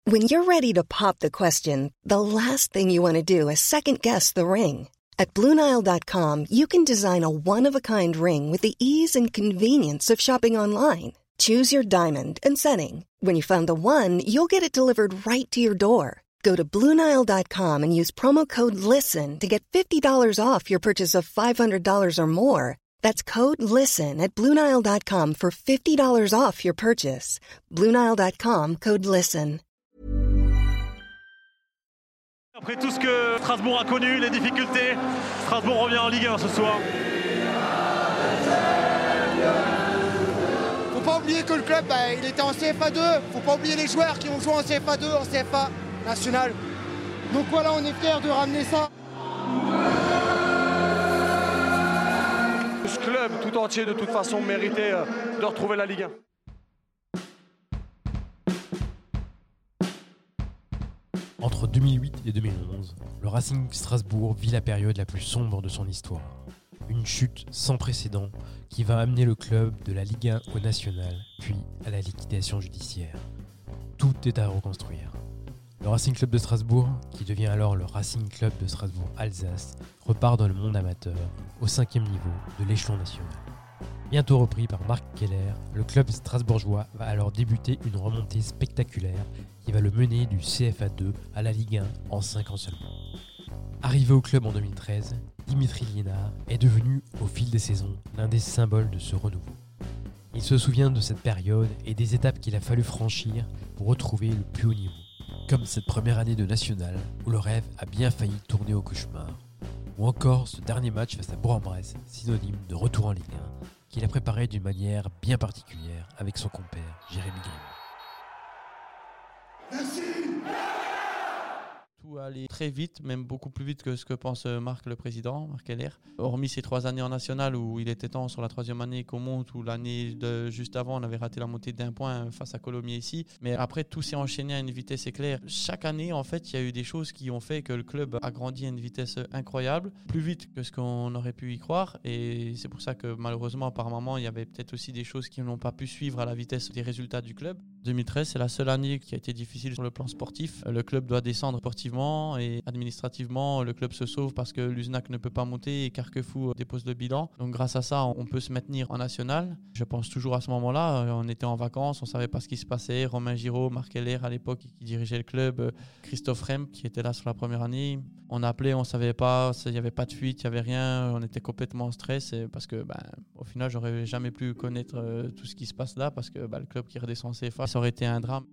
When you're ready to pop the question, the last thing you want to do is second-guess the ring. At BlueNile.com, you can design a one-of-a-kind ring with the ease and convenience of shopping online. Choose your diamond and setting. When you find the one, you'll get it delivered right to your door. Go to BlueNile.com and use promo code LISTEN to get $50 off your purchase of $500 or more. That's code LISTEN at BlueNile.com for $50 off your purchase. BlueNile.com, code LISTEN. Après tout ce que Strasbourg a connu, les difficultés, Strasbourg revient en Ligue 1 ce soir. Faut pas oublier que le club, il était en CFA 2. Faut pas oublier les joueurs qui ont joué en CFA 2, en CFA national. Donc voilà, on est fiers de ramener ça. Ce club tout entier de toute façon méritait de retrouver la Ligue 1. Entre 2008 et 2011, le Racing Strasbourg vit la période la plus sombre de son histoire. Une chute sans précédent qui va amener le club de la Ligue 1 au National, puis à la liquidation judiciaire. Tout est à reconstruire. Le Racing Club de Strasbourg, qui devient alors le Racing Club de Strasbourg-Alsace, repart dans le monde amateur, au 5e niveau de l'échelon national. Bientôt repris par Marc Keller, le club strasbourgeois va alors débuter une remontée spectaculaire qui va le mener du CFA 2 à la Ligue 1 en 5 ans seulement. Arrivé au club en 2013, Dimitri Liénard est devenu, au fil des saisons, l'un des symboles de ce renouveau. Il se souvient de cette période et des étapes qu'il a fallu franchir pour retrouver le plus haut niveau. Comme cette première année de National, où le rêve a bien failli tourner au cauchemar. Ou encore ce dernier match face à Bourg-en-Bresse, synonyme de retour en Ligue 1, qu'il a préparé d'une manière bien particulière avec son compère Jérémy Grimm. Tout allait très vite, même beaucoup plus vite que ce que pense Marc le président, Marc Keller. Hormis ces 3 années en national où il était temps sur la 3e année qu'on monte, ou l'année juste avant on avait raté la montée d'1 point face à Colomiers ici. Mais après tout s'est enchaîné à une vitesse éclair. Chaque année en fait il y a eu des choses qui ont fait que le club a grandi à une vitesse incroyable, plus vite que ce qu'on aurait pu y croire. Et c'est pour ça que malheureusement par moment il y avait peut-être aussi des choses qui n'ont pas pu suivre à la vitesse des résultats du club. 2013 c'est la seule année qui a été difficile sur le plan sportif. Le club doit descendre sportivement et administrativement le club se sauve parce que l'USNAC ne peut pas monter et Carquefou dépose le bilan. Donc grâce à ça on peut se maintenir en national. Je pense toujours à ce moment-là, on était en vacances, on savait pas ce qui se passait. Romain Giraud, Marc Keller à l'époque qui dirigeait le club, Christophe Rem qui était là sur la première année. On appelait, on savait pas, il n'y avait pas de fuite, il n'y avait rien, on était complètement en stress parce que au final j'aurais jamais pu connaître tout ce qui se passe là parce que le club qui redescend en CFA, ça aurait été un drame.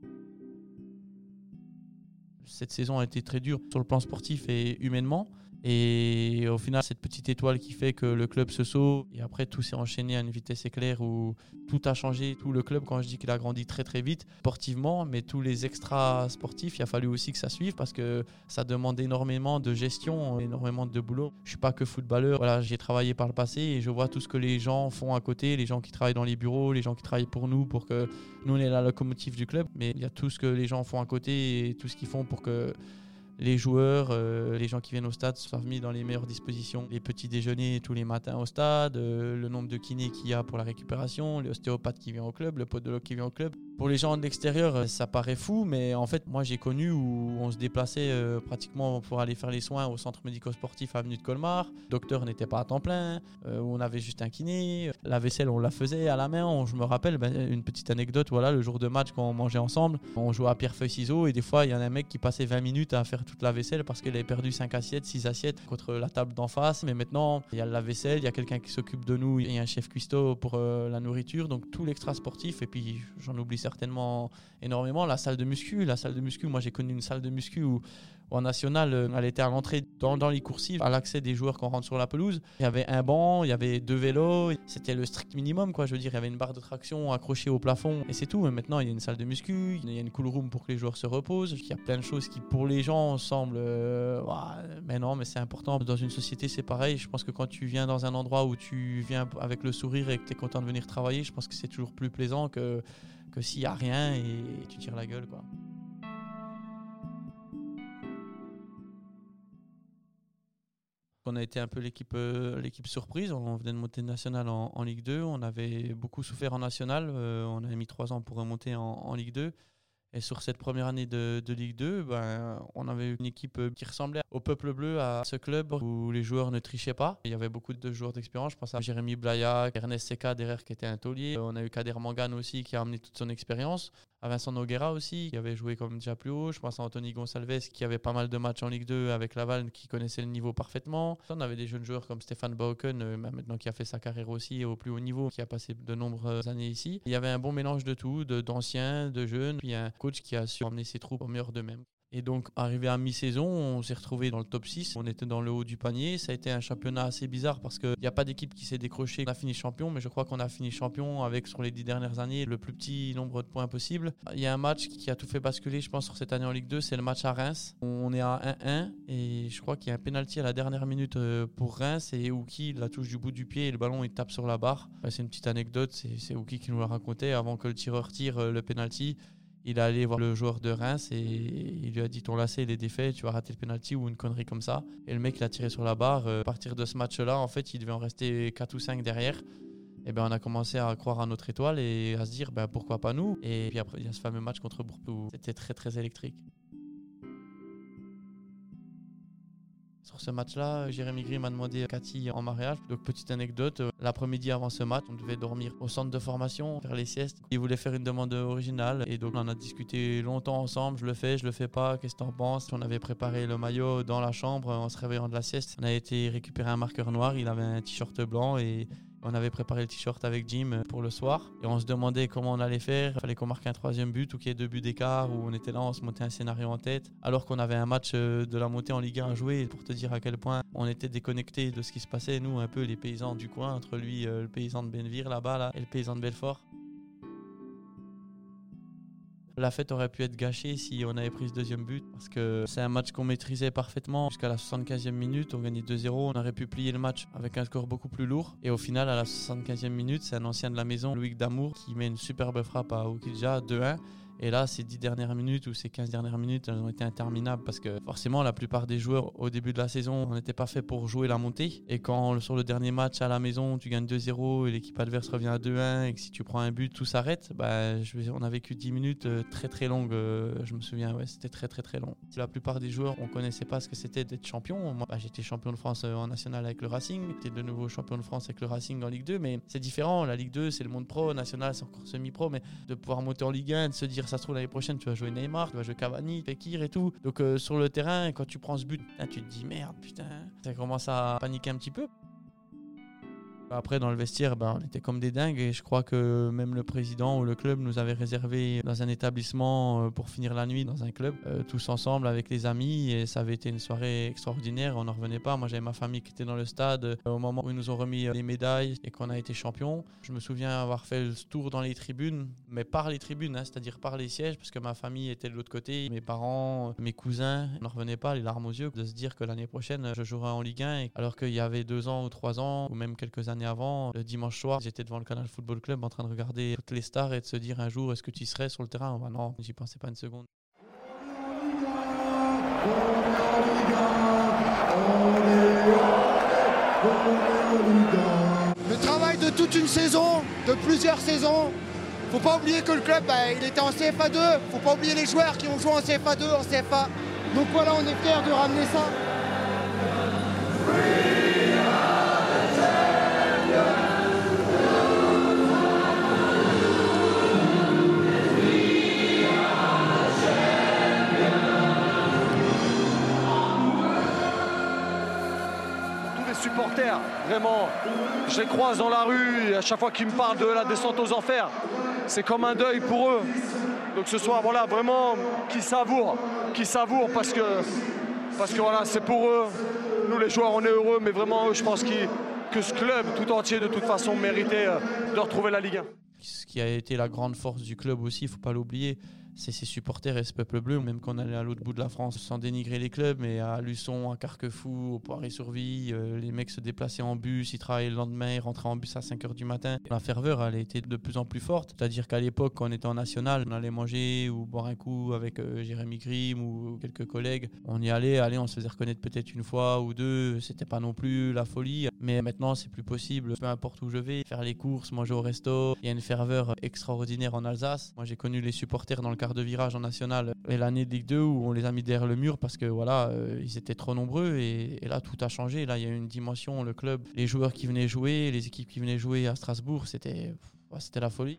Cette saison a été très dure sur le plan sportif et humainement. Et au final, cette petite étoile qui fait que le club se sauve. Et après, tout s'est enchaîné à une vitesse éclair où tout a changé. Tout le club, quand je dis qu'il a grandi très très vite, sportivement, mais tous les extras sportifs, il a fallu aussi que ça suive parce que ça demande énormément de gestion, énormément de boulot. Je ne suis pas que footballeur. Voilà, j'ai travaillé par le passé et je vois tout ce que les gens font à côté, les gens qui travaillent dans les bureaux, les gens qui travaillent pour nous, pour que nous, on est la locomotive du club. Mais il y a tout ce que les gens font à côté et tout ce qu'ils font pour que les joueurs, les gens qui viennent au stade soient mis dans les meilleures dispositions. Les petits déjeuners tous les matins au stade, le nombre de kinés qu'il y a pour la récupération, l'ostéopathe qui vient au club, le podologue qui vient au club. Pour les gens de l'extérieur, ça paraît fou, mais en fait, moi j'ai connu où on se déplaçait pratiquement pour aller faire les soins au centre médico-sportif avenue de Colmar. Le docteur n'était pas à temps plein, où on avait juste un kiné. La vaisselle, on la faisait à la main. Je me rappelle une petite anecdote, voilà, le jour de match quand on mangeait ensemble, on jouait à pierre-feuille-ciseaux et des fois il y en a un mec qui passait 20 minutes à faire toute la vaisselle parce qu'il avait perdu 5 assiettes, 6 assiettes contre la table d'en face. Mais maintenant, il y a la vaisselle, il y a quelqu'un qui s'occupe de nous, il y a un chef cuistot pour la nourriture, donc tout l'extra sportif. Et puis j'en oublie certainement énormément. La salle de muscu, moi j'ai connu une salle de muscu où en national, elle était à l'entrée dans les coursives, à l'accès des joueurs quand on rentre sur la pelouse. Il y avait un banc, il y avait 2 vélos, c'était le strict minimum, quoi. Je veux dire, il y avait une barre de traction accrochée au plafond et c'est tout. Mais maintenant, il y a une salle de muscu, il y a une cool room pour que les joueurs se reposent. Il y a plein de choses qui, pour les gens, semblent mais non, mais c'est important. Dans une société, c'est pareil. Je pense que quand tu viens dans un endroit où tu viens avec le sourire et que tu es content de venir travailler, je pense que c'est toujours plus plaisant que s'il n'y a rien et tu tires la gueule, quoi. On a été un peu l'équipe surprise. On venait de monter national en Ligue 2. On avait beaucoup souffert en national. On a mis 3 ans pour remonter en Ligue 2. Et sur cette première année de Ligue 2, on avait une équipe qui ressemblait au Peuple Bleu, à ce club où les joueurs ne trichaient pas. Il y avait beaucoup de joueurs d'expérience. Je pense à Jérémy Blaillac, Ernest Seka derrière qui était un taulier. On a eu Kader Mangane aussi qui a amené toute son expérience. À Vincent Noguera aussi, qui avait joué comme déjà plus haut. Je pense à Anthony Gonçalves qui avait pas mal de matchs en Ligue 2 avec Laval, qui connaissait le niveau parfaitement. On avait des jeunes joueurs comme Stéphane Bauken, maintenant qui a fait sa carrière aussi au plus haut niveau, qui a passé de nombreuses années ici. Il y avait un bon mélange de tout, d'anciens, de jeunes, puis un coach qui a su emmener ses troupes au meilleur d'eux-mêmes. Et donc, arrivé à mi-saison, on s'est retrouvé dans le top 6. On était dans le haut du panier. Ça a été un championnat assez bizarre parce qu'il n'y a pas d'équipe qui s'est décrochée. On a fini champion, mais je crois qu'on a fini champion avec, sur les 10 dernières années, le plus petit nombre de points possible. Il y a un match qui a tout fait basculer, je pense, sur cette année en Ligue 2. C'est le match à Reims. On est à 1-1 et je crois qu'il y a un pénalty à la dernière minute pour Reims. Et Ouki la touche du bout du pied et le ballon, il tape sur la barre. C'est une petite anecdote. C'est Ouki qui nous l'a raconté avant que le tireur tire le pénalty. Il est allé voir le joueur de Reims et il lui a dit ton lacet il est défait, tu vas rater le penalty ou une connerie comme ça. Et le mec il a tiré sur la barre. À partir de ce match-là, en fait, il devait en rester 4 ou 5 derrière. Et on a commencé à croire à notre étoile et à se dire pourquoi pas nous. Et puis après il y a ce fameux match contre Bourg où c'était très très électrique. Sur ce match-là, Jérémy Gris m'a demandé Cathy en mariage. Donc, petite anecdote, l'après-midi avant ce match, on devait dormir au centre de formation, faire les siestes. Il voulait faire une demande originale et donc on en a discuté longtemps ensemble. Je le fais pas, qu'est-ce que t'en penses? On avait préparé le maillot dans la chambre en se réveillant de la sieste. On a été récupérer un marqueur noir, il avait un t-shirt blanc et on avait préparé le t-shirt avec Jim pour le soir et on se demandait comment on allait faire. Il fallait qu'on marque un 3e but ou qu'il y ait 2 buts d'écart, où on était là, on se montait un scénario en tête alors qu'on avait un match de la montée en Ligue 1 à jouer. Pour te dire à quel point on était déconnectés de ce qui se passait, nous un peu les paysans du coin, entre lui le paysan de Benneville là-bas et le paysan de Belfort. La fête aurait pu être gâchée si on avait pris ce 2e but parce que c'est un match qu'on maîtrisait parfaitement. Jusqu'à la 75e minute, on gagnait 2-0. On aurait pu plier le match avec un score beaucoup plus lourd. Et au final, à la 75e minute, c'est un ancien de la maison, Loïc Damour, qui met une superbe frappe à Oukidja, 2-1. Et là, ces 10 dernières minutes ou ces 15 dernières minutes, elles ont été interminables parce que forcément, la plupart des joueurs au début de la saison, on n'était pas fait pour jouer la montée. Et quand sur le dernier match à la maison, tu gagnes 2-0 et l'équipe adverse revient à 2-1 et que si tu prends un but, tout s'arrête, on a vécu 10 minutes très très longues. Je me souviens, c'était très très très long. La plupart des joueurs, on ne connaissait pas ce que c'était d'être champion. Moi, j'étais champion de France en national avec le Racing. J'étais de nouveau champion de France avec le Racing en Ligue 2. Mais c'est différent. La Ligue 2, c'est le monde pro. National, c'est encore semi-pro. Mais de pouvoir monter en Ligue 1, de se dire, ça se trouve l'année prochaine tu vas jouer Neymar, tu vas jouer Cavani, Fekir et tout. Donc sur le terrain, quand tu prends ce but, tu te dis merde, putain, ça commence à paniquer un petit peu. Après, dans le vestiaire, on était comme des dingues et je crois que même le président ou le club nous avait réservé dans un établissement pour finir la nuit dans un club, tous ensemble avec les amis, et ça avait été une soirée extraordinaire. On n'en revenait pas. Moi, j'avais ma famille qui était dans le stade au moment où ils nous ont remis les médailles et qu'on a été champion. Je me souviens avoir fait le tour dans les tribunes, mais par les tribunes, c'est-à-dire par les sièges, parce que ma famille était de l'autre côté, mes parents, mes cousins. On n'en revenait pas, les larmes aux yeux, de se dire que l'année prochaine, je jouerai en Ligue 1, alors qu'il y avait 2 ans ou 3 ans, ou même quelques années avant, le dimanche soir, j'étais devant le Canal Football Club en train de regarder toutes les stars et de se dire un jour, est-ce que tu y serais sur le terrain? Non, j'y pensais pas une seconde. Le travail de toute une saison, de plusieurs saisons. Faut pas oublier que le club, il était en CFA 2. Faut pas oublier les joueurs qui ont joué en CFA 2, en CFA. Donc voilà, on est fiers de ramener ça. Supporters, vraiment, je les croise dans la rue et à chaque fois qu'ils me parlent de la descente aux enfers, c'est comme un deuil pour eux. Donc ce soir, voilà, vraiment, qui savourent parce que voilà, c'est pour eux. Nous les joueurs, on est heureux, mais vraiment, je pense que ce club tout entier, de toute façon, méritait de retrouver la Ligue 1. Ce qui a été la grande force du club aussi, il ne faut pas l'oublier, c'est ses supporters et ce peuple bleu. Même quand on allait à l'autre bout de la France, sans dénigrer les clubs, mais à Luçon, à Carquefou, au Poiré-sur-Vie, les mecs se déplaçaient en bus, ils travaillaient le lendemain, ils rentraient en bus à 5h du matin. La ferveur, elle était de plus en plus forte. C'est-à-dire qu'à l'époque, quand on était en national, on allait manger ou boire un coup avec Jérémy Grim ou quelques collègues. On y allait, on se faisait reconnaître peut-être une fois ou deux, c'était pas non plus la folie. Mais maintenant, c'est plus possible. Peu importe où je vais, faire les courses, manger au resto. Il y a une ferveur extraordinaire en Alsace. Moi, j'ai connu les supporters dans le quart de virage en national et l'année de Ligue 2 où on les a mis derrière le mur parce que voilà, ils étaient trop nombreux et là tout a changé. Là il y a une dimension, le club, les joueurs qui venaient jouer, les équipes qui venaient jouer à Strasbourg, c'était la folie.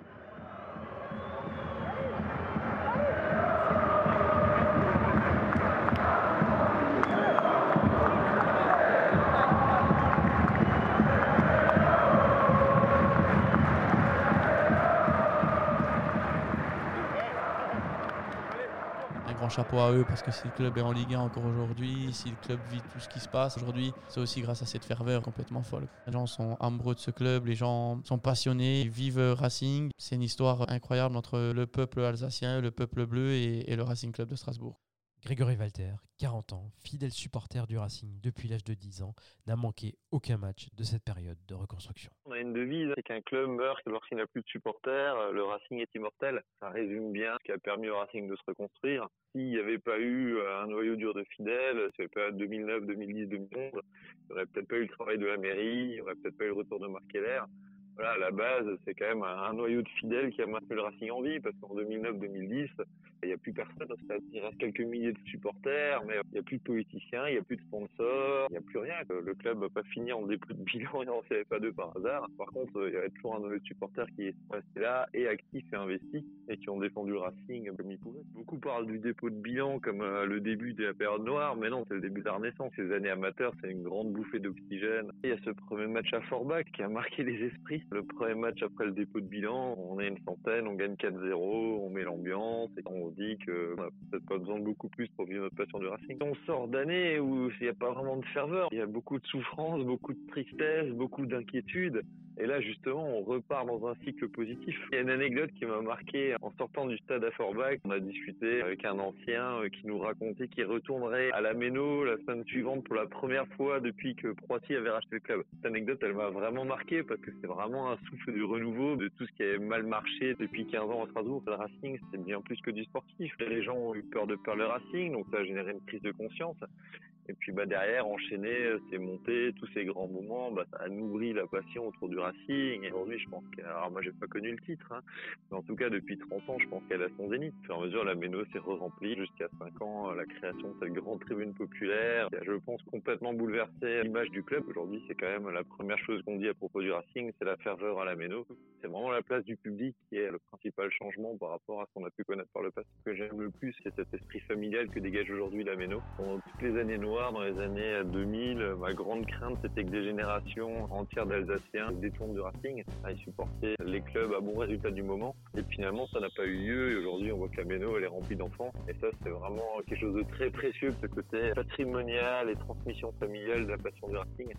Chapeau à eux parce que si le club est en Ligue 1 encore aujourd'hui, si le club vit tout ce qui se passe aujourd'hui, c'est aussi grâce à cette ferveur complètement folle. Les gens sont amoureux de ce club, les gens sont passionnés, ils vivent Racing. C'est une histoire incroyable entre le peuple alsacien, le peuple bleu et le Racing Club de Strasbourg. Grégory Walter, 40 ans, fidèle supporter du Racing depuis l'âge de 10 ans, n'a manqué aucun match de cette période de reconstruction. On a une devise, c'est qu'un club meurt lorsqu'il n'a plus de supporters, le Racing est immortel. Ça résume bien ce qui a permis au Racing de se reconstruire. S'il n'y avait pas eu un noyau dur de fidèles, c'est pas 2009, 2010, 2011, il n'y aurait peut-être pas eu le travail de la mairie, il n'y aurait peut-être pas eu le retour de Marc Keller. Voilà, à la base, c'est quand même un noyau de fidèles qui a maintenu le Racing en vie, parce qu'en 2009-2010, il n'y a plus personne au stade. Il reste quelques milliers de supporters, mais il n'y a plus de politiciens, il n'y a plus de sponsors, il n'y a plus rien. Le club n'a pas fini en dépôt de bilan et en CFA2 par hasard. Par contre, il y avait toujours un noyau de supporters qui est resté là, et actifs et investis, et qui ont défendu le Racing comme ils pouvaient. Beaucoup parlent du dépôt de bilan comme le début de la période noire, mais non, c'est le début de la Renaissance. Ces années amateurs, c'est une grande bouffée d'oxygène. Il y a ce premier match à Forbach qui a marqué les esprits. Le premier match après le dépôt de bilan, on est une centaine, on gagne 4-0, on met l'ambiance et on se dit qu'on n'a peut-être pas besoin de beaucoup plus pour vivre notre passion du Racing. On sort d'années où il n'y a pas vraiment de ferveur, il y a beaucoup de souffrance, beaucoup de tristesse, beaucoup d'inquiétude. Et là, justement, on repart dans un cycle positif. Il y a une anecdote qui m'a marqué en sortant du stade à Forbach. On a discuté avec un ancien qui nous racontait qu'il retournerait à la Méno la semaine suivante pour la première fois depuis que Proissy avait racheté le club. Cette anecdote, elle m'a vraiment marqué parce que c'est vraiment un souffle du renouveau de tout ce qui avait mal marché depuis 15 ans à Strasbourg. Le Racing, c'est bien plus que du sportif. Les gens ont eu peur de perdre le Racing, donc ça a généré une prise de conscience. Et puis derrière, enchaîner ces montées, tous ces grands moments, ça a nourri la passion autour du Racing. Et aujourd'hui, je pense alors moi j'ai pas connu le titre, mais en tout cas depuis 30 ans, je pense qu'elle a son zénith. Au fur et à mesure, la Méno s'est re-remplie jusqu'à 5 ans, la création de cette grande tribune populaire, qui a, je pense, complètement bouleversé l'image du club. Aujourd'hui, c'est quand même la première chose qu'on dit à propos du Racing, c'est la ferveur à la Méno. C'est vraiment la place du public qui est le principal changement par rapport à ce qu'on a pu connaître par le passé. Ce que j'aime le plus, c'est cet esprit familial que dégage aujourd'hui la Méno. Pendant toutes les années noires, dans les années 2000, ma grande crainte, c'était que des générations entières d'Alsaciens se détournent du Racing. Ils supportaient les clubs à bon résultat du moment. Et finalement, ça n'a pas eu lieu. Et aujourd'hui, on voit que la Méno, elle est remplie d'enfants. Et ça, c'est vraiment quelque chose de très précieux, ce côté patrimonial et transmission familiale de la passion du Racing.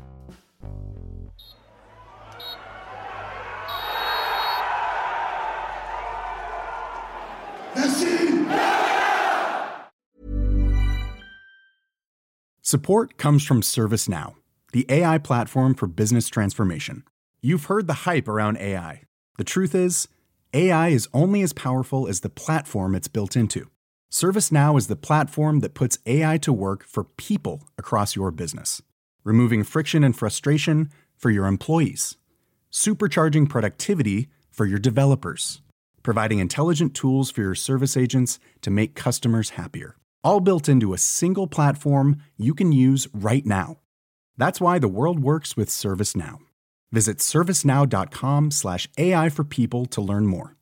Support comes from ServiceNow, the AI platform for business transformation. You've heard the hype around AI. The truth is, AI is only as powerful as the platform it's built into. ServiceNow is the platform that puts AI to work for people across your business, removing friction and frustration for your employees, supercharging productivity for your developers, providing intelligent tools for your service agents to make customers happier. All built into a single platform you can use right now. That's why the world works with ServiceNow. Visit servicenow.com/AI for people to learn more.